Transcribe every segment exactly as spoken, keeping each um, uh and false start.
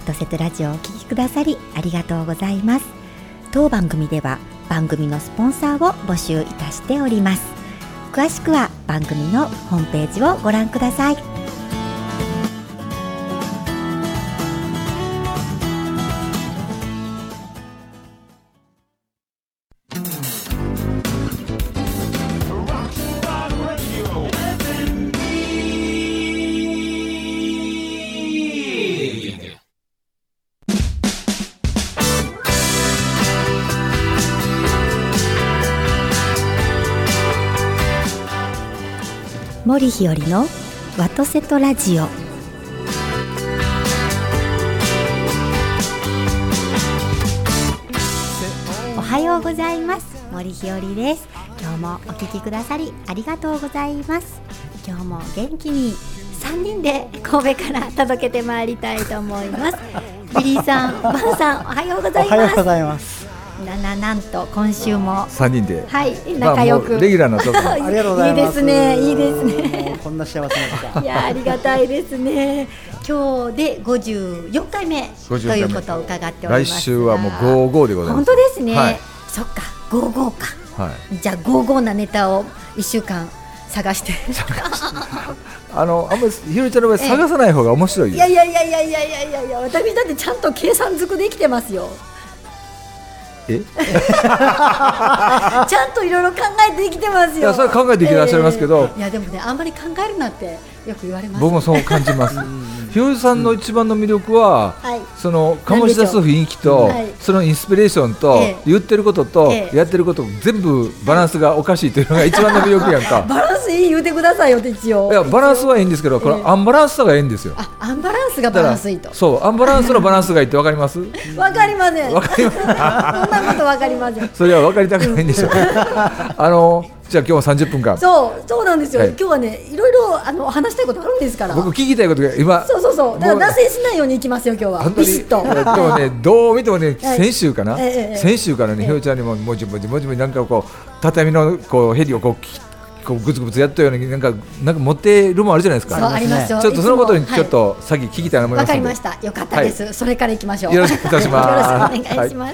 トセトラジオをお聞きくださりありがとうございます。当番組では番組のスポンサーを募集いたしております。詳しくは番組のホームページをご覧ください。森日和のワトセトラジオ。おはようございます。森日和です。今日もお聞きくださりありがとうございます。今日も元気にさんにんで神戸から届けてまいりたいと思います。ビリーさん、バンさん、おはようございます。 おはようございます。 なななんと今週もさんにんで、 はい、仲良く、 まあ、レギュラーなとこありがとうございます。 いいですね、いいですね。 こんな幸せな時間。 いや、ありがたいですね。今日でごじゅうよんかいめということを伺っておりますが、 来週はもうごじゅうごでございます。 本当ですね、 はい、 そっか、ごじゅうごか、 はい、 じゃあごじゅうごなネタをいっしゅうかん探してあのあんまりひろりちゃんの場合探さない方が面白いよ。 いやいやいやいやいやいやいやいや、私だってちゃんと計算づくできてますよ。 えちゃんといろいろ考えて生きてますよ。 いや、それは考えていらっしゃいますけど、 えー、いやでもね、あんまり考えるなってよく言われます。 僕もそう感じます。ひろりさんの一番の魅力は、うん、その醸し出す雰囲気と、はい、そのインスピレーションと、えー、言ってることと、えー、やってること全部バランスがおかしいというのが一番の魅力やんか。 バランスいい言うてくださいよって一応。 いや、バランスはいいんですけど、これアンバランスさがいいんですよ。 あ、アンバランスがバランスいいと。 そう、アンバランスのバランスがいいってわかります？ わかりません。 わかりません。 そんなことわかりません。 それはわかりたくないんでしょう。あのじゃあ今日はさんじゅっぷんかん。 そうそうなんですよ、はい、今日はね、いろいろあの話したいことあるんですから。 僕聞きたいことが今。 そうそうそう、だから脱線しないようにいきますよ今日は。ビシッと。 今日はね、どう見てもね、はい、先週かな、 ええ、 先週からね、ひろりちゃんにももじもじもじもじなんかこう畳のこうヘリをこうこうグツグツやったようになんかなんか持ってるもんあるじゃないですか。 そうありますよ。 ちょっとそのことにちょっと先聞きたいと思います。 わかりました。よかったです、はい、それからいきましょう。 よろしくお願いします。 よろしくお願いします。はい、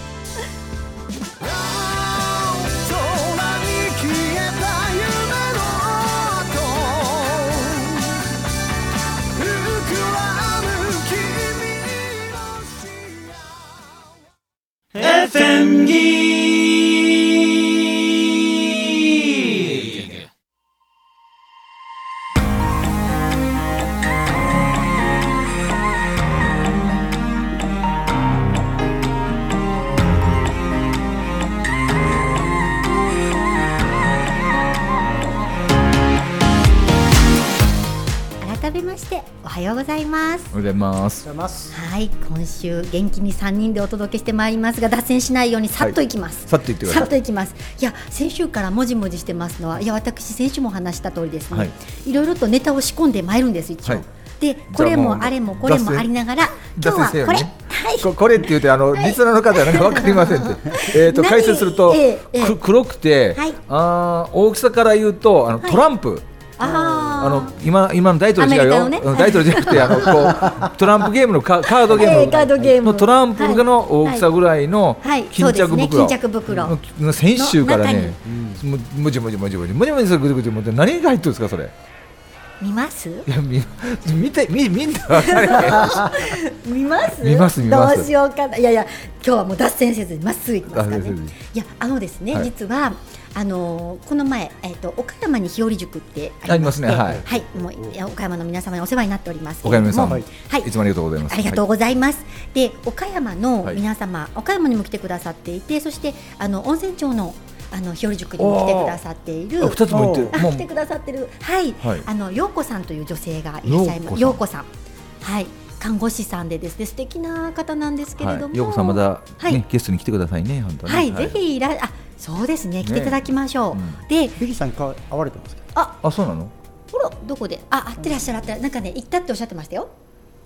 エフエム ギー改めましておはようございます。 おはようございます。 はい、今週元気にさんにんでお届けしてまいりますが、脱線しないようにさっといきます。 はい、さっといってください。 さっといきます。いや、先週からもじもじしてますのは、いや、私先週も話した通りですね、はい、いろいろとネタを仕込んでまいるんです一応、はい、でこれもあれもこれもありながら、今日はこれ、はい、 こ, これって言うてあの、はい、リスナーの方はなんか分かりませんってえーと解説すると、えーえー、黒くて、はい、あ大きさから言うとあのトランプ、はい、あの 今, 今の大統領違うよ、ね、大統領じゃなくてあのこうトランプゲームの カ, カードゲームのトランプの大きさぐらいの巾着袋の先週からね、もじもじもじもじもじもじするぐじぐじもじ何が入ってるんですかそれ。 見ます？ いや 見, 見て 見, 見んだ分かれ見ます見ます見ます。 どうしようかな。いやいや、今日はもう脱線せずにまっすぐいきますからね。いや、あのですね、はい、実はあのー、この前、えー、と岡山に日和塾ってありまして、 ありますね、はいはい、もう岡山の皆様にお世話になっておりますけれども、岡山の皆さん、はい、いつもありがとうございます。 ありがとうございます、はい、で岡山の皆様、はい、岡山にも来てくださっていて、そしてあの温泉町のあの日和塾にも来てくださっている、 ふたつも行ってあ来てくださってる、はい、はい、あの陽子さんという女性がいらっしゃいます。陽子さん、はい、看護師さんでですね、素敵な方なんですけれども、 陽子さんまだ、ね、はい、ゲストに来てくださいね、本当に、 はい、はい、ぜひいらあそうですね、来ていただきましょう、ね、うん、でベギさんか会われてますか？ ああ、そうなの？ ほら、どこであ会ってらっしゃる、なんかね、行ったっておっしゃってましたよ。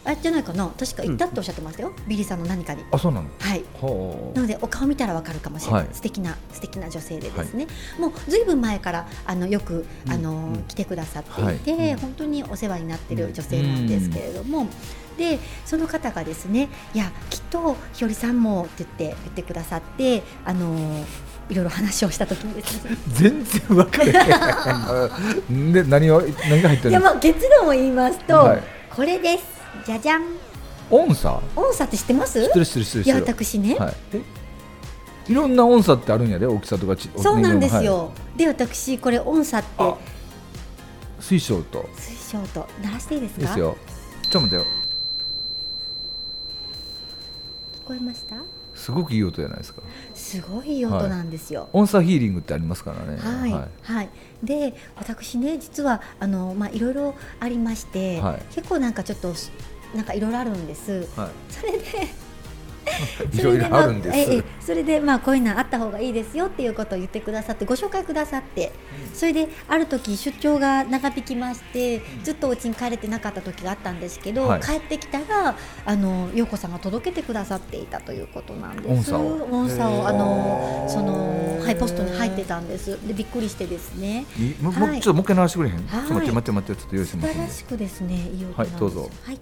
あじゃないかな、確か行ったっておっしゃってましたよ、うん、ビリーさんの何かに。 あ、そうなの。 はい。なのでお顔見たらわかるかもしれない、はい、素敵な素敵な女性でですね、はい、もうずいぶん前からあのよくあの、うん、来てくださっていて、はい、本当にお世話になっている女性なんですけれども、うん、でその方がですね、いやきっとひよりさんもって言って言ってくださって、あのいろいろ話をしたときにですね全然分かれへんで何を何が入ってるんですか。 いや、まあ、結論を言いますと、はい、これです。じゃじゃん。 音叉。 音叉って知ってます？ 知ってる知ってる知ってる。 いや私ね、 はい、えいろんな音叉ってあるんやで、大きさとかち。 そうなんですよ、はい、で私これ音叉って水晶と水晶と鳴らしていいですか？ ですよ。ちょっと待ってよ。 聞こえました？ すごくいい音じゃないですか。 すごいいい音なんですよ、はい、 音叉ヒーリングってありますからね。 はい、はいはい、で私ね実はあの、まあ、いろいろありまして、はい、結構なんかちょっとなんかいろいろあるんです、はい、それでいろいろあるんです。 ええ、それでまあこういうのあった方がいいですよっていうことを言ってくださってご紹介くださって、それである時出張が長引きましてずっとお家に帰れてなかった時があったんですけど、はい、帰ってきたらあの陽子さんが届けてくださっていたということなんです。 音叉を音叉をあのそのハイポストに入ってたんです。でびっくりしてですね、 もう、はい、ちょっともう一回鳴らしてくれへん、はい、ちょっと待って待って待ってちょっと用意します。 素晴らしくですね、いい音なんです。 はい、どうぞ。 はい、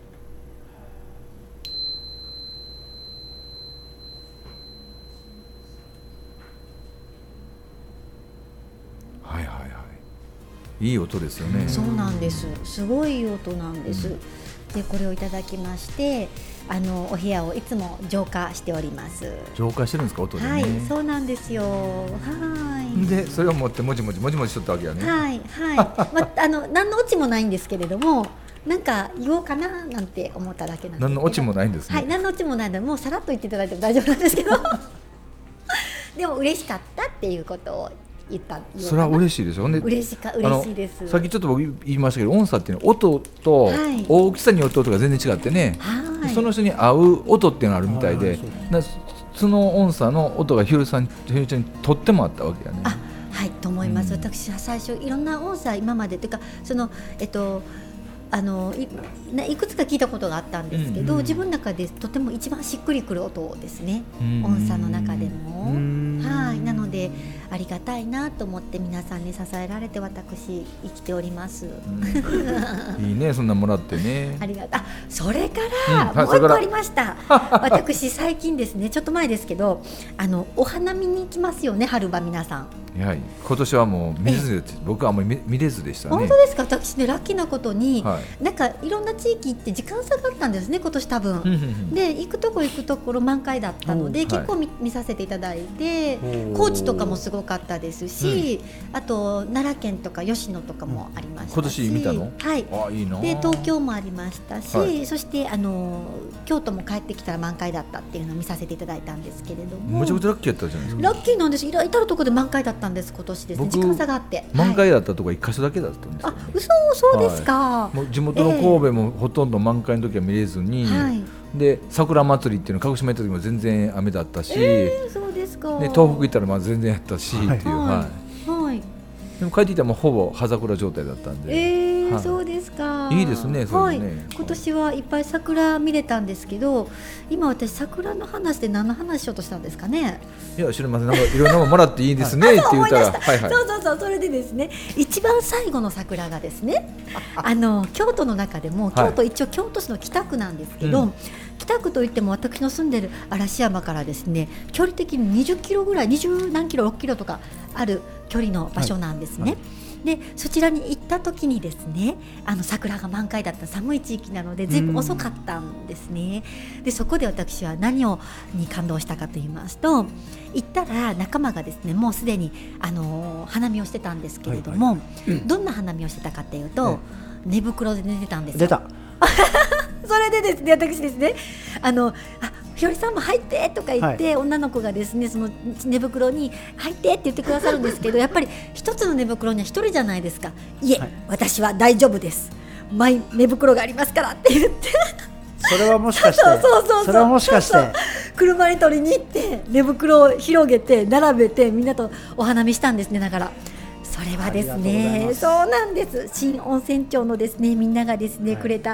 はいはいはい、いい音ですよね。 そうなんです、すごいいい音なんです、うん、でこれをいただきましてあのお部屋をいつも浄化しております。 浄化してるんですか、音でね。 はい、そうなんですよ。はい。 でそれを持ってもじもじもじもじしとったわけやね。 はいはい、まあの何のオチもないんですけれども、なんか言おうかななんて思っただけなんですけど。 何のオチもないんですね。 はい、何のオチもないのでもうさらっと言っていただいても大丈夫なんですけどでも嬉しかったっていうことを言った。 それは嬉しいでしょ。 嬉しか嬉しいです。 さっきちょっと僕言いましたけど、音叉っていうのは音と大きさによって音が全然違ってね、はい、その人に合う音っていうのがあるみたいで、はい、その音叉の音がひよりさん、ひよりちゃんにとってもあったわけやね。 あ、はいと思います、うん、私は最初いろんな音叉今までというかそのえっとあの い, いくつか聞いたことがあったんですけど、うんうん、自分の中でとても一番しっくりくる音ですね、うん、音叉の中でも、うん、はいなのでありがたいなと思って皆さんに支えられて私生きております、 うん、いいね、そんなもらってね。 ありがとう。あ、それから、うん、もう一個ありました私最近ですね、ちょっと前ですけどあのお花見に行きますよね、春場皆さん。 はい、今年はもう見ず僕はあんまり 見, 見れずでしたね。 本当ですか。私ねラッキーなことに、はい、なんかいろんな地域行って時間差があったんですね今年多分で行くとこ行くところ満開だったので結構 見,、はい、見させていただいて、高知とかもすごかったですし、うん、あと奈良県とか吉野とかもありましたし、 今年見たの。 はい、 あいいな。 で東京もありましたし、はい、そしてあの京都も帰ってきたら満開だったっていうのを見させていただいたんですけれども、 めちゃくちゃラッキーやったじゃないですか。 ラッキーなんです。至るところで満開だったんです今年ですね。時間差があって満開だったところいっか所だけだったんですよね。 あ、嘘、そうですか、 はい、もう地元の神戸もほとんど満開の時は見れずに、えー、で桜祭りっていうの鹿児島行った時も全然雨だったし、 えー、そうですか。 で東北行ったらまあ全然やったし、はい、っていう、はいはい、でも帰ってきたらもうほぼ葉桜状態だったんで、 えーはい、そうですか。 いいですね、それね、はい、 今年はいっぱい桜見れたんですけど、今私桜の話で何の話しようとしたんですかね。 いや知りません、なんかいろんなものもらっていいですねって言ったらはい、はい、 そうそうそう、それでですね一番最後の桜がですねあの京都の中でも京都、はい、一応京都市の北区なんですけど、うん、北区といっても私の住んでる嵐山からですね距離的ににじゅっキロぐらいにじゅうなんキロろっキロとかある距離の場所なんですね、はいはい、でそちらに行った時にですねあの桜が満開だった寒い地域なのでずいぶん遅かったんですね。でそこで私は何をに感動したかと言いますと、行ったら仲間がですねもうすでにあの花見をしてたんですけれども、はいはい、どんな花見をしてたかというと、ね、寝袋で寝てたんですよ。 出たそれでですね私ですねあのあひよりさんも入ってとか言って、はい、女の子がですねその寝袋に入ってって言ってくださるんですけどやっぱり一つの寝袋には一人じゃないですか。いえ、はい、私は大丈夫です、マイ寝袋がありますからって言ってそれはもしかしてそうそうそうそう、 それはもしかしてそうそう車に取りに行って寝袋を広げて並べてみんなとお花見したんですね。だからそれはですね、そうなんです。新温泉町のですねみんながですね、はい、くれた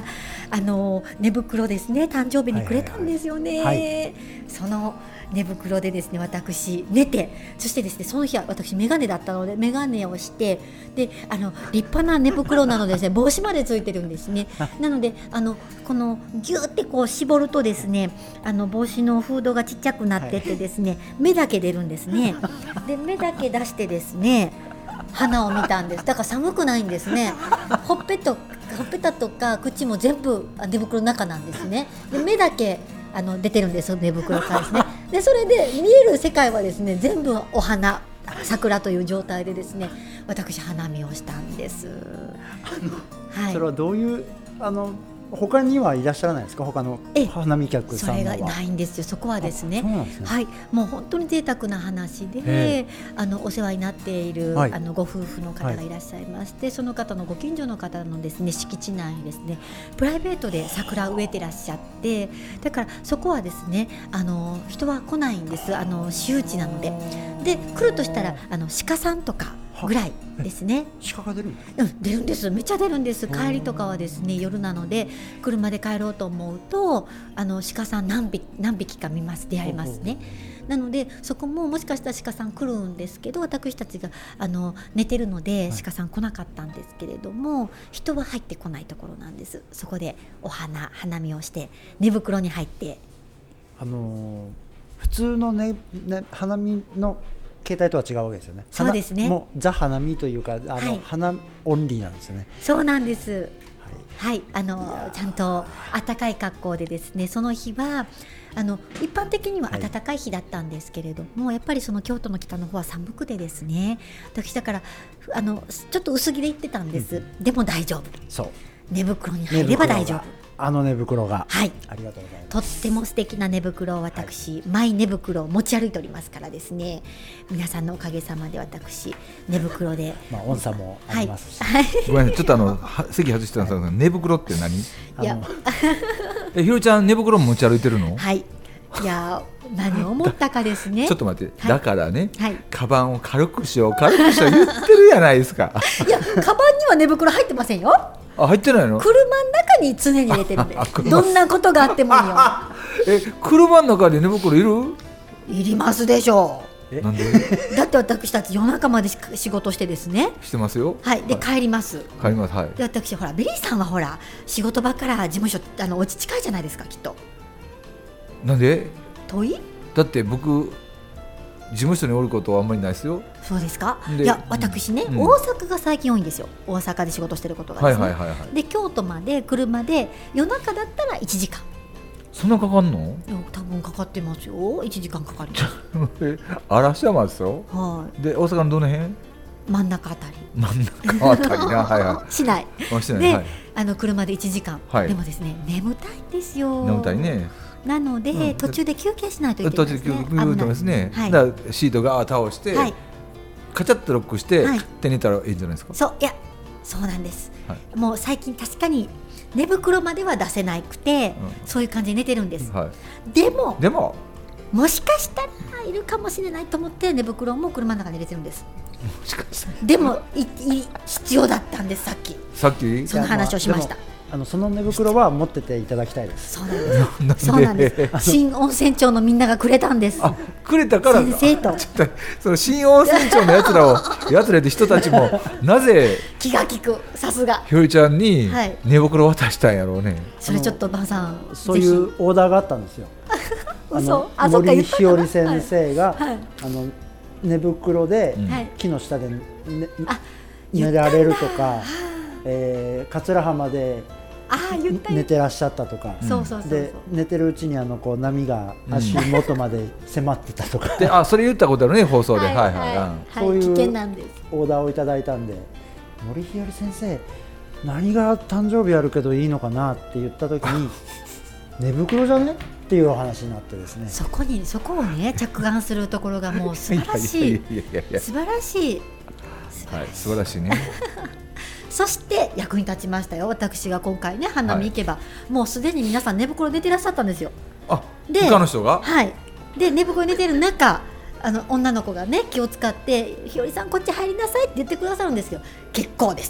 あの寝袋ですね、誕生日にくれたんですよね、 はいはいはい、 その寝袋でですね私寝て、そしてですねその日は私メガネだったのでメガネをして、であの立派な寝袋なのでですね帽子までついてるんですね。なのであのこのギューってこう絞るとですねあの帽子のフードがちっちゃくなっててですね、はい、目だけ出るんですね。で目だけ出してですね花を見たんです。だから寒くないんですね。ほっぺとほっぺたとか口も全部寝袋の中なんですね。で目だけあの出てるんです寝袋からですね。でそれで見える世界はですね全部お花桜という状態でですね私花見をしたんです。 あの、はい、それはどういうあの他にはいらっしゃらないですか、他の花見客さんは。 それがないんですよ。そこはですね、 そうですね、 はい、もう本当に贅沢な話で、あのお世話になっている、はい、あのご夫婦の方がいらっしゃいまして、はい、その方のご近所の方のですね敷地内にですねプライベートで桜を植えてらっしゃって、だからそこはですねあの人は来ないんです。あの私有地なので、で来るとしたらあの鹿さんとかぐらいですね。 鹿が出るんですか？ うん、出るんです。めっちゃ出るんです。帰りとかはですね夜なので車で帰ろうと思うとあの鹿さん何匹、何匹か見ます出会いますね。なのでそこももしかしたら鹿さん来るんですけど、私たちがあの寝てるので鹿さん来なかったんですけれども、はい、人は入ってこないところなんです。そこでお花花見をして寝袋に入って、 あのー、普通の、ねね、花見の形態とは違うわけですよね。 そうですね。 もうザ花見というかあの、はい、花オンリーなんですよね。 そうなんです。はい、はい、あのちゃんと暖かい格好でですね、その日はあの一般的には暖かい日だったんですけれども、はい、やっぱりその京都の北の方は寒くてですね、私だからあのちょっと薄着で行ってたんです、うん、でも大丈夫。そう、寝袋に入れば大丈夫。 あの寝袋が、 はい、 ありがとうございます。 とっても素敵な寝袋を私、はい、マイ寝袋を持ち歩いておりますからですね、皆さんのおかげさまで私寝袋で、 まあ、音差もありますし、 はい、ごめんなさい、ちょっとあの席外してたんですけど、はい、寝袋って何？いやえひろちゃん寝袋も持ち歩いてるの？ はい、いや何を思ったかですねちょっと待って、はい、だからね、 はい、 カバンを軽くしよう軽くしよう言ってるじゃないですかいやカバンには寝袋入ってませんよ。 あ、入ってないの？ 車の中に常に入れてるんでどんなことがあってもいいよえ、車の中で寝袋いる？ いりますでしょう。 なんで？ だって私たち夜中まで仕事してですね。 してますよ。 はい。で、はい、帰ります。 帰ります。はい。 で私ほらベリーさんはほら仕事場から事務所あのお家近いじゃないですかきっと。 なんで？ 遠い？ だって僕事務所におることはあんまりないですよ。 そうですか。いや私ね、うん、大阪が最近多いんですよ。大阪で仕事してることがですね。はいはいはいはい、で京都まで車で夜中だったらいちじかん。 そんなかかんの？ いや多分かかってますよ。いちじかんかかります。 嵐山ですよ。 はい。 で大阪のどの辺？ 真ん中あたり。 真ん中あたりな。はいはい。 市内。 市内で、 はい、 あの車でいちじかん、はい。でもですね眠たいんですよ。 眠たいね。 なので、うん、途中で休憩しないといけないですね。 途中で休憩ですね。はい、だからシートが倒して、はい、カチャッとロックして、はい、手に寝たらいいんじゃないですか。 そういやそうなんです、はい、もう最近確かに寝袋までは出せなくて、うん、そういう感じで寝てるんです、はい、でもでももしかしたらいるかもしれないと思って寝袋も車の中に入れてるんです。 もしかしたらでもいい必要だったんです。さっきさっきその話をしました。 あのその寝袋は持ってていただきたいです。 そうなんです。そうなんです。新温泉町のみんながくれたんです。 あ、くれたから先生とちょっとその新温泉町のやつらをやつらで人たちもなぜ気が利く。さすがひよりちゃんに寝袋渡したんやろうね、はい、 それちょっとばあさんそういうオーダーがあったんですよあのあ森ひより先生が、はいはい、あの寝袋で木の下で、ね、寝られるとか、えー、桂浜であ言った寝てらっしゃったとか、 うん、 で寝てるうちにあのこう波が足元まで迫ってたとか、 うん、であそれ言ったことあるね放送で、はいはいはいはい、そういうオーダーをいただいたんで、森ひより先生何が誕生日あるけどいいのかなって言った時に寝袋じゃねっていうお話になってですね、 そこにそこをね着眼するところがもう素晴らしい素晴らしいはい素晴らしいねそして役に立ちましたよ。私が今回ね花見行けば、はい、もうすでに皆さん寝袋寝てらっしゃったんですよ。 あで他の人がはいで寝袋寝てる中あの女の子がね気を使ってひよりさんこっち入りなさいって言ってくださるんですけど結構ですと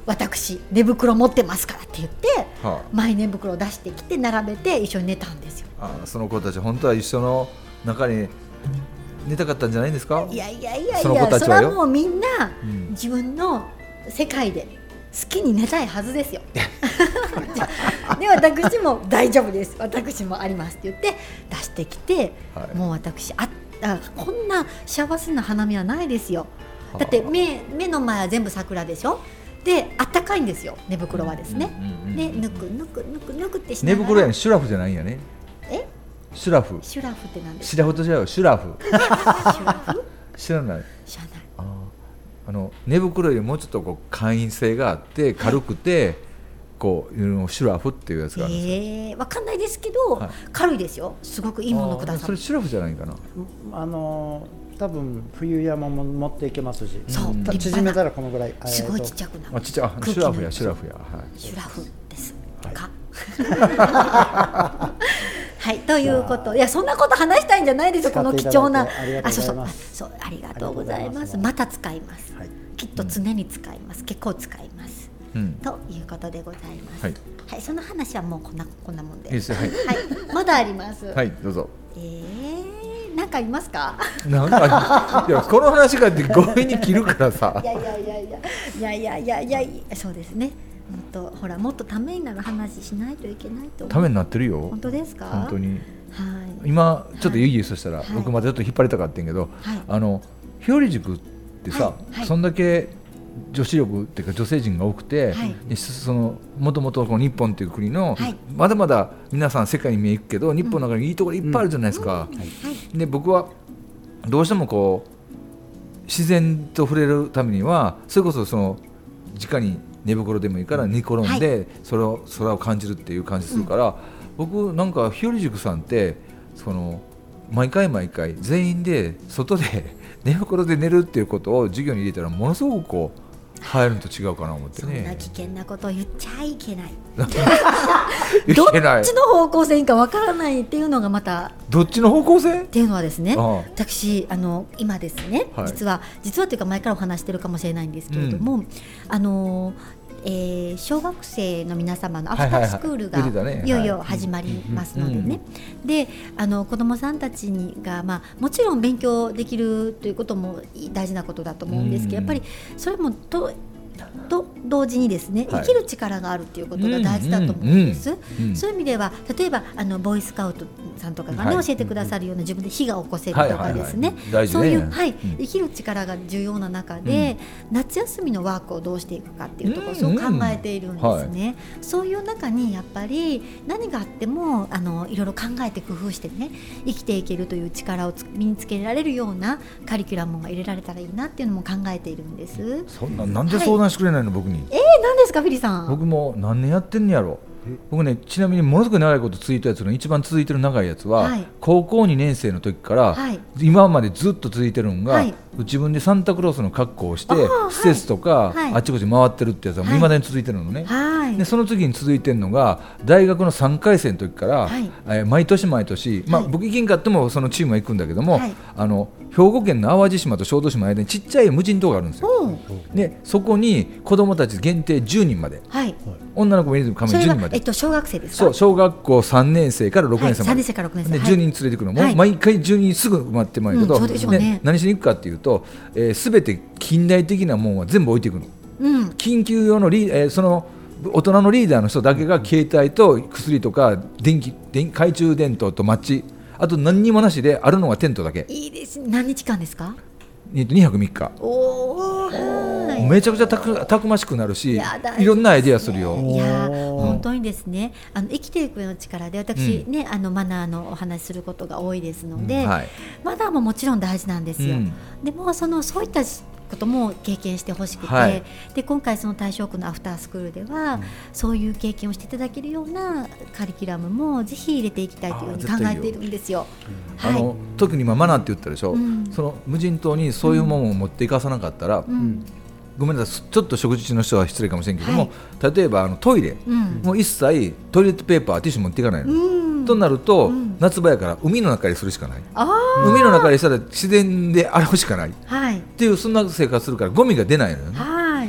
私寝袋持ってますからって言って、はあ、マイ寝袋を出してきて並べて一緒に寝たんですよ。 あその子たち本当は一緒の中に寝たかったんじゃないんですか。 いやいやいやいや、その子たちはよ、それはもうみんな自分の世界で好きに寝たいはずですよで私も大丈夫です、私もありますって言って出してきて、はい、もう私ああこんな幸せな花見はないですよ。だって 目, 目の前は全部桜でしょ。であったかいんですよ、寝袋はですね、うんうんうん、でぬくぬくぬくぬくってしながら。 寝袋やね、シュラフじゃないんやね。 えシュラフシュラフって何ですか。 シュラフと違うよ、シュラフシュラフ知らない知らない。 ああの寝袋よりもうちょっとこう簡易性があって軽くて、はい、こういうシュラフっていうやつがあるんですよ。えー、わかんないですけど、はい、軽いですよ、すごくいいものくださる。 それシュラフじゃないかな。 あの多分冬山も持っていけますし、 そう、 縮めたらこのぐらいすごいちっちゃくなる。 あちっちゃシュラフやシュラフや、はい、 シュラフですか、はい、はい、ということ、いやそんなこと話したいんじゃないですよ、この貴重な。あ、そうそうそう、ありがとうございます。また使います、はい、きっと常に使います、うん、結構使います、うん、ということでございます、はいはい、その話はもうこんなこんなもんで、いいです、はいはい、まだあります。 はいどうぞ。 えー、なんかありますか。 なんかいやこの話が強引に切るからさいやいやいやいやいやいやいやいやいや、そうですね、もっとほらもっとためになる話しないといけないと思う。 ためになってるよ。 本当ですか。 本当に、はい、 今ちょっといい、はい、そしたら、はい、僕までちょっと引っ張りたかったんけど、はい、あの日和塾ってさ、はいはい、そんだけ女子力っていうか女性陣が多くて、はい、そのもともと日本という国の、はい、まだまだ皆さん世界に見えいくけど日本の中にいいところいっぱいあるじゃないですか、うんうんはい、で僕はどうしてもこう自然と触れるためにはそれこそその直に寝袋でもいいから寝転んで、はい、それを空を感じるっていう感じするから、うん、僕なんか日和塾さんってその毎回毎回全員で外で寝袋で寝るっていうことを授業に入れたらものすごくこう入るのと違うかな思ってね。 そんな危険なことを言っちゃいけないどっちの方向性かわからないっていうのがまたどっちの方向性っていうのはですね、ああ私あの今ですね、はい、実は実はというか前からお話してるかもしれないんですけれども、うん、あのえー、小学生の皆様のアフタースクールがいよいよ始まりますのでね、であの子どもさんたちにが、まあ、もちろん勉強できるということも大事なことだと思うんですけど、やっぱりそれもとと同時にですね、生きる力があるということが大事だと思うんです、うんうんうん、そういう意味では例えばあのボーイスカウトさんとかが、ねはい、教えてくださるような自分で火が起こせるとかですね、そういう、はい、生きる力が重要な中で、うん、夏休みのワークをどうしていくかっていうところをそう考えているんですね、はい、そういう中にやっぱり何があってもあのいろいろ考えて工夫してね生きていけるという力を身につけられるようなカリキュラムが入れられたらいいなっていうのも考えているんです。 そんな、なんで相談してくれないの、はい、僕に。 えー、何ですかフィリさん。 僕も何年やってんのやろ。僕ね、ちなみにものすごく長いこと続いたやつの一番続いてる長いやつは、はい、高校にねん生の時から、はい、今までずっと続いてるのが、はい、自分でサンタクロースの格好をして施設とか、はい、あっちこっち回ってるってやつは未だに続いてるのね、はい、でその次に続いてるのが大学のさんかい生の時から、はいえー、毎年毎年、まあ、僕行けんかってもそのチームは行くんだけども、はい、あの兵庫県の淡路島と小豆島の間にちっちゃい無人島があるんですよ。でそこに子どもたち限定じゅうにんまで、はい、女の子も入れてかもじゅうにんまで、 えっと、小学生ですか。 そう、小学校さんねん生からろくねん生まで、はい、さんねん生からろくねん生でじゅうにん連れてくるの、はい、毎回じゅうにんすぐ埋まってまうけど、うん、で、ね、何しに行くかっていうと、えー、全て近代的なものは全部置いていくの、うん、緊急用のリ、えー、その大人のリーダーの人だけが携帯と薬とか電気電懐中電灯とマッチ、あと何にもなしであるのがテントだけ。 いいですね。何日間ですか。 にはくみっか。おー、めちゃくちゃたく、たくましくなるし、い, いろんなアイデアするよ。 いや本当にですね、あの生きていくの力で私、うん、ね、あのマナーのお話することが多いですので、うんはい、マナーももちろん大事なんですよ、うん、でもそのそういったことも経験してほしくて、はい、で今回その大正区のアフタースクールでは、うん、そういう経験をしていただけるようなカリキュラムもぜひ入れていきたいというふうに考えているんですよ。 あの、はい、特に今マナーって言ったでしょ、うん、その無人島にそういうものを持っていかさなかったら、うん、ごめんなさい、ちょっと食事中の人は失礼かもしれんけども、はい、例えばあのトイレ、うん、もう一切トイレットペーパーティッシュ持っていかないの、うん、となると、うん、夏場やから海の中にするしかない。海の中にしたら自然で洗うしかない、はい、っていうそんな生活するからゴミが出ないのよね、はい、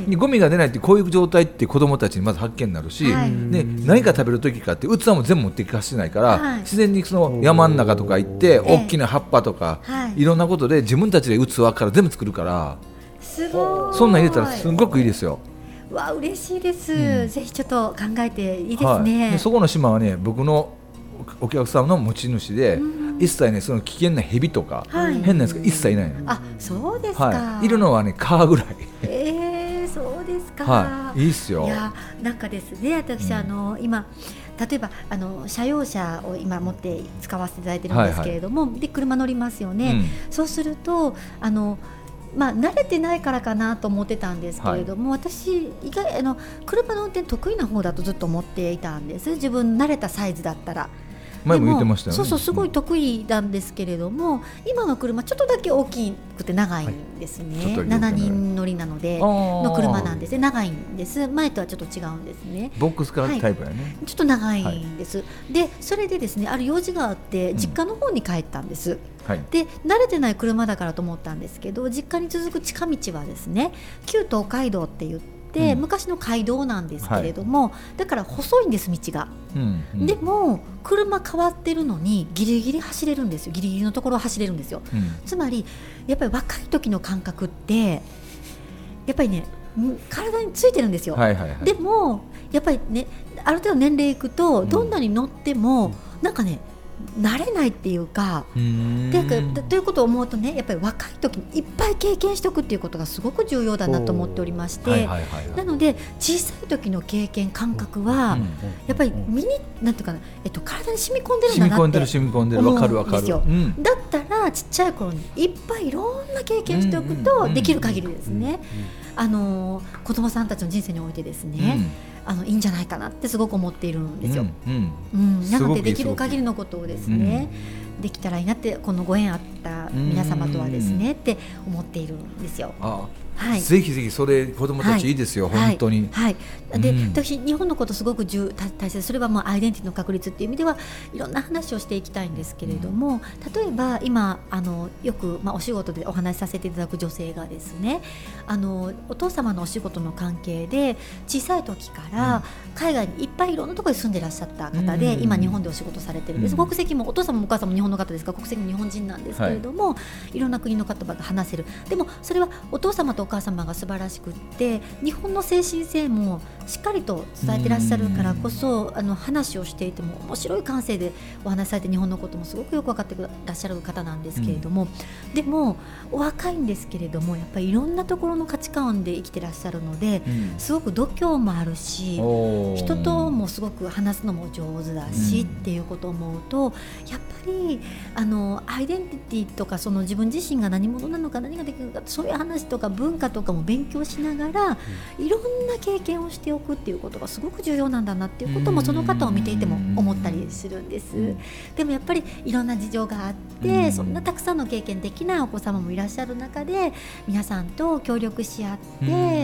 にゴミが出ないってこういう状態って子どもたちにまず発見になるし、はい、で何か食べる時かって器も全部持っていかせてないから、はい、自然にその山の中とか行って大きな葉っぱとか、はい、いろんなことで自分たちで器から全部作るから、 すごい、 そんなん入れたらすごくいいですよ。 わ、嬉しいです、うん、ぜひちょっと考えていいですね、はい、 でそこの島はね僕のお客さんの持ち主で、うん、一切ねその危険な蛇とか、はい、変なやつが一切いないの。 あ、そうですか、 はい、いるのはね蚊ぐらい。 えー、そうですか、 はい、いいっすよ。 いやなんかですね、私、うん、あの今例えばあの車用車を今持って使わせていただいてるんですけれども、はいはい、で車乗りますよね、うん、そうするとあのまあ、慣れてないからかなと思ってたんですけれども、はい、私意外あの車の運転得意な方だとずっと思っていたんです。自分慣れたサイズだったら。 前も言ってましたよね。 そうそう、すごい得意なんですけれども、うん、今の車ちょっとだけ大きくて長いんですね、はい、しちにん乗りなのでの車なんですね。長いんです。前とはちょっと違うんですね。 ボックスカータイプやね、 はい、ちょっと長いんです、はい、でそれでですね、ある用事があって実家の方に帰ったんです、うん、はい、で慣れてない車だからと思ったんですけど、実家に続く近道はですね旧東海道って言ってで、うん、昔の街道なんですけれども、はい、だから細いんです道が、うんうん、でも車変わってるのにギリギリ走れるんですよ。ギリギリのところを走れるんですよ、うん、つまりやっぱり若い時の感覚ってやっぱりね体についてるんですよ、はいはいはい、でもやっぱりねある程度年齢いくとどんなに乗っても、うん、なんかね慣れないっていうか、うーんでということを思うとね、やっぱり若い時にいっぱい経験しておくっていうことがすごく重要だなと思っておりまして、はいはいはいはい、なので小さい時の経験感覚は、うん、やっぱり身になんていうかな、えっと、体に染み込んでるんだなって思うんですよ。 染み込んでる染み込んでる、わかるわかる、うん、 だったらちっちゃい頃にいっぱいいろんな経験しておくとできる限りですね、あの子供さんたちの人生においてですね、うん、あのいいんじゃないかなってすご思っているんですよ、うんうんうん、なのでできる限りのことをですね、うん、できたらいいなって、このご縁あった皆様とはですねって思っているんですよ。あはい、ぜひぜひそれ子どもたちいいですよ、はい、本当に、 はいはい、で、うん、私日本のことすごく重大切、それはもうアイデンティティの確立っていう意味ではいろんな話をしていきたいんですけれども、例えば今あのよく、まあ、お仕事でお話しさせていただく女性がですね、あのお父様のお仕事の関係で小さい時から海外にいっぱいいろんなところに住んでいらっしゃった方で、うん、今日本でお仕事されてるんです、うん、国籍もお父様もお母様も日本の方ですが国籍も日本人なんですけれども、はい、いろんな国の言葉が話せる。でもそれはお父様とお母様が素晴らしくって、日本の精神性もしっかりと伝えてらっしゃるからこそ、あの話をしていても面白い感性でお話しされて日本のこともすごくよく分かってらっしゃる方なんですけれども、うん、でもお若いんですけれどもやっぱりいろんなところの価値観で生きてらっしゃるので、うん、すごく度胸もあるし人ともすごく話すのも上手だし、うん、っていうことを思うとやっぱりあのアイデンティティとかその自分自身が何者なのか何ができるのかそういう話とか文化とかも勉強しながら、うん、いろんな経験をしておくっていうことがすごく重要なんだなっていうこともその方を見ていても思ったりするんです、うん、でもやっぱりいろんな事情があって、うん、そんなたくさんの経験できないお子様もいらっしゃる中で皆さんと協力し合って、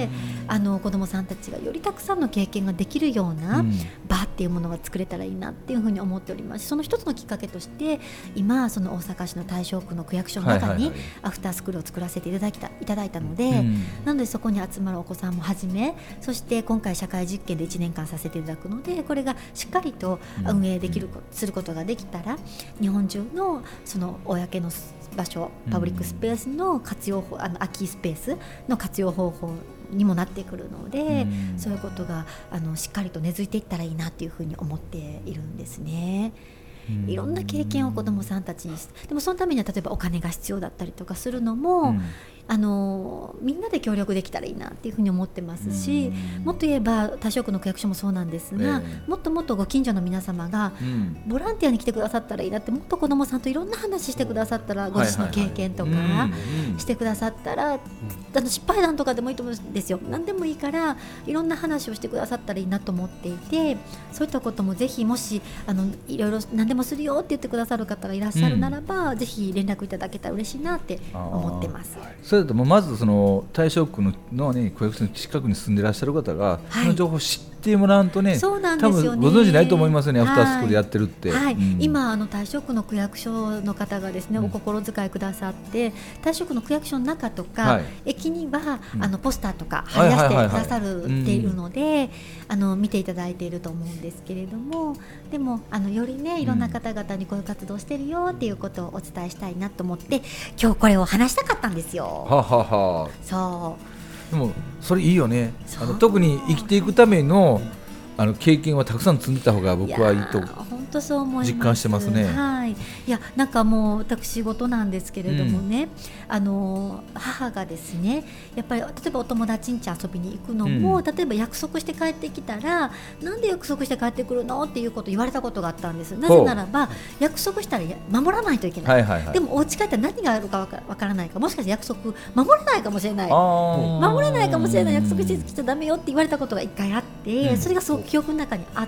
うん、あの子どもさんたちがよりたくさんの経験ができるような場っていうものが作れたらいいなっていうふうに思っております。その一つのきっかけとして今その大阪市の大正区の区役所の中にアフタースクールを作らせていただいた、いただいたので、うん、なのでそこに集まるお子さんもはじめ、そして今回社会実験でいちねんかんさせていただくのでこれがしっかりと運営できる、うん、することができたら日本中のその公の場所パブリックスペースの活用、あの空きスペースの活用方法にもなってくるので、うん、そういうことがあのしっかりと根付いていったらいいなというふうに思っているんですね。いろんな経験を子どもさんたちにして、でもそのためには例えばお金が必要だったりとかするのも、うん、あのみんなで協力できたらいいなっていうふうに思ってますし、うん、もっと言えば多少区の区役所もそうなんですが、えー、もっともっとご近所の皆様がボランティアに来てくださったらいいなって、もっと子どもさんといろんな話してくださったら、ご自身の経験とかしてくださったら、あの失敗談とかでもいいと思うんですよ。何でもいいからいろんな話をしてくださったらいいなと思っていて、そういったこともぜひもしあのいろいろ何でもするよって言ってくださる方がいらっしゃるならば、うん、ぜひ連絡いただけたら嬉しいなって思ってます。 それだともまずその大正区 の, の、ね、区役所の近くに住んでいらっしゃる方が、はい、その情報を知ってってもらうとね、 そうなんですよね、 多分ご存知ないと思いますよね、はい、アフタースクールやってるって、 はい、 うん、 今あの退職の区役所の方がですね、うん、お心遣いくださって退職の区役所の中とか、はい、駅には、うん、あのポスターとか貼り出してくださるっているので、あの見ていただいていると思うんですけれども、でもあのよりねいろんな方々にこういう活動してるよっていうことをお伝えしたいなと思って今日これを話したかったんですよ。 ははは。 そうでもそれいいよね。あの特に生きていくためのあの経験はたくさん積んでた方が僕はいいと本当そう思います。 実感してますね。 はい、いやなんかもう私事なんですけれどもね、うん、あの母がですねやっぱり例えばお友達ん家遊びに行くのも、うん、例えば約束して帰ってきたらなんで約束して帰ってくるのっていうことを言われたことがあったんです。なぜならば約束したら守らないといけない、はいはいはい、でもお家帰ったら何があるかわからないか、もしかして約束守れないかもしれない、守れないかもしれない、約束してきちゃダメよって言われたことが一回あって、うん、それがすごく記憶の中にあって、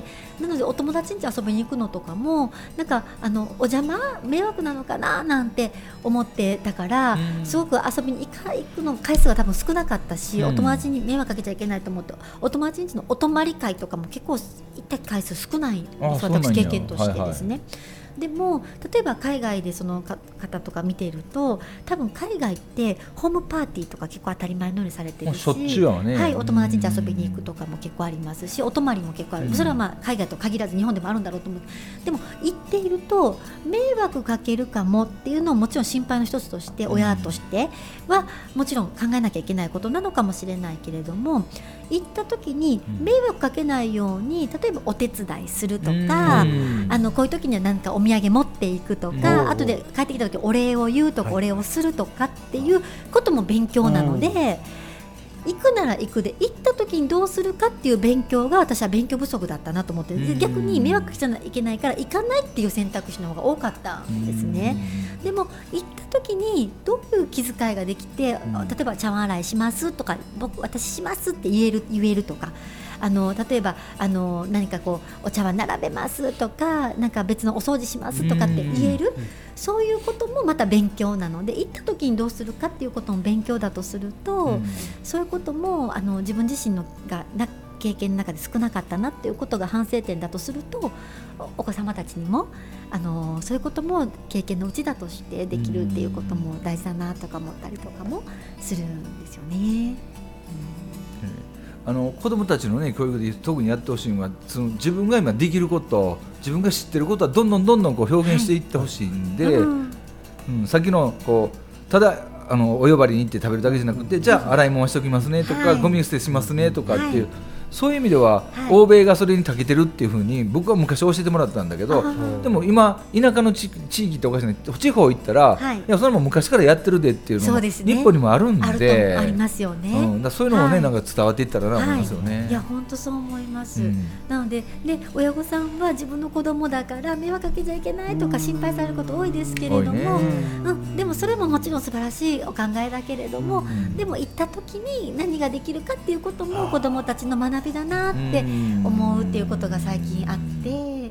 うん、なのでお友達ん家遊びに行くのとかもなんかあのお邪魔迷惑なのかななんて思ってたから、うん、すごく遊びに行か行くの回数が多分少なかったし、うん、お友達に迷惑かけちゃいけないと思ってお友達ん家のお泊まり会とかも結構行った回数少ないんです、私経験としてですね、はいはい、でも例えば海外でその方とか見ていると多分海外ってホームパーティーとか結構当たり前のようにされてるし、 しょっちゅうはね、 はい、お友達に遊びに行くとかも結構ありますし、お泊まりも結構ある、それはまあ海外と限らず日本でもあるんだろうと思う。でも行っていると迷惑かけるかもっていうのをもちろん心配の一つとして親としてはもちろん考えなきゃいけないことなのかもしれないけれども、行った時に迷惑かけないように例えばお手伝いするとか、あのこういう時には何かお土産持っていくとか、後で帰ってきた時お礼を言うとか、はい、お礼をするとかっていうことも勉強なので、行くなら行くで行った時にどうするかっていう勉強が私は勉強不足だったなと思って、逆に迷惑かけちゃいけないから行かないっていう選択肢の方が多かったんですね。でも行った時にどういう気遣いができて、例えば茶碗洗いしますとか僕私しますって言える言えるとか、あの例えばあの何かこうお茶碗並べますとかなんか別のお掃除しますとかって言える、そういうこともまた勉強なので、行った時にどうするかっていうことも勉強だとすると、そういうこともあの自分自身のがな経験の中で少なかったなっていうことが反省点だとすると、お子様たちにもあのそういうことも経験のうちだとしてできるっていうことも大事だなとか思ったりとかもするんですよね。 あの子どもたちの、ね、教育で特にやってほしいのは、その自分が今できること、自分が知ってることはどんどんどんどんこう表現していってほしいんで、はい、うんうん、さっきのこうただあのお呼ばれに行って食べるだけじゃなくて、じゃあ洗い物しておきますねとか、はい、ゴミ捨てしますねとかっていう、はい、そういう意味では、はい、欧米がそれに長けてるっていうふうに僕は昔教えてもらったんだけど、でも今田舎の地域っておかしいね、地方行ったら、はい、いやそれも昔からやってるでっていうのが、ね、日本にもあるんで、 ありますよね、 うん、だそういうのもね、はい、なんか伝わっていったらなと思いますよね、 はい、いや本当そう思います、うん、なので、ね、親御さんは自分の子供だから迷惑かけちゃいけないとか心配されること多いですけれども、うん、でもそれももちろん素晴らしいお考えだけれども、うん、でも行った時に何ができるかっていうことも子供たちの学びだなって思うっていうことが最近あって、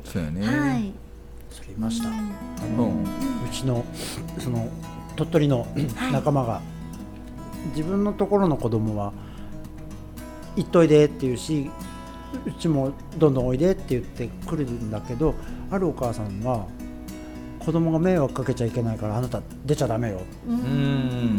そうやね、 はい、 それ言いました、うん、あの、うん、うちのその鳥取の仲間が、はい、自分のところの子供は行っといでっていうし、うちもどんどんおいでって言ってくるんだけど、あるお母さんは子供が迷惑かけちゃいけないからあなた出ちゃダメよ、うん、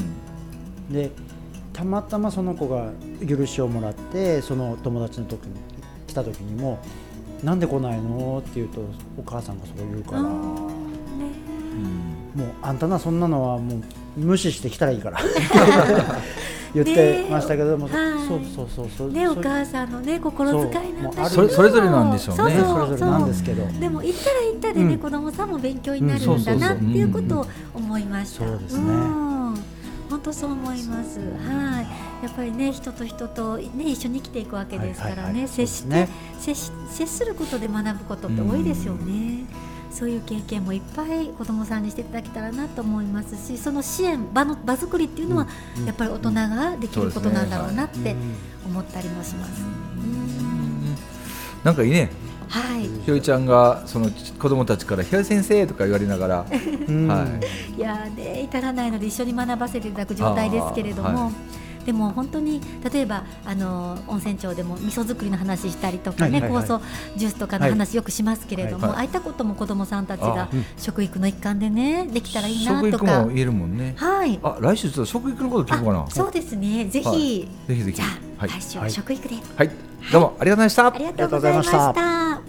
でたまたまその子が許しをもらってその友達の時に来た時にもなんで来ないのって言うとお母さんがそう言うから、ね、うん、もうあんたなそんなのはもう無視してきたらいいから言ってましたけども、ね、そうそうそうそうね、お母さんのね心遣いなんだけど、 それ、それぞれなんでしょうね、 そうそうそう、 それぞれなんですけど、 でも行ったら行ったでね、うん、子供さんも勉強になるんだなっていうことを思いました。 そうですね、 本当そう思います、はい、やっぱりね人と人と、ね、一緒に生きていくわけですからね、はいはいはい、接して、ね、接し、接することで学ぶことって多いですよね、うん、そういう経験もいっぱい子どもさんにしていただけたらなと思いますし、その支援場の場作りっていうのは、うん、やっぱり大人ができることなんだろうなって思ったりもします、うん、 なんかいいね、 はい、 ひよりちゃんがその子供たちからひより先生とか言われながら、はい、 いやね至らないので一緒に学ばせていただく状態ですけれども、はい、 でも本当に例えばあの温泉町でも味噌作りの話したりとかね、はいはいはい、酵素ジュースとかの話よくしますけれども、はいはい、ああいったことも子どもさんたちが食育の一環でねできたらいいなとか。 食育も言えるもんね。 はい。 あ、来週ちょっと食育のこと聞こうかな。 そうですね。ぜひ、はい、 ぜひぜひ。 じゃあ、はい、来週は食育で。 はい。どうもありがとうございました。 ありがとうございました。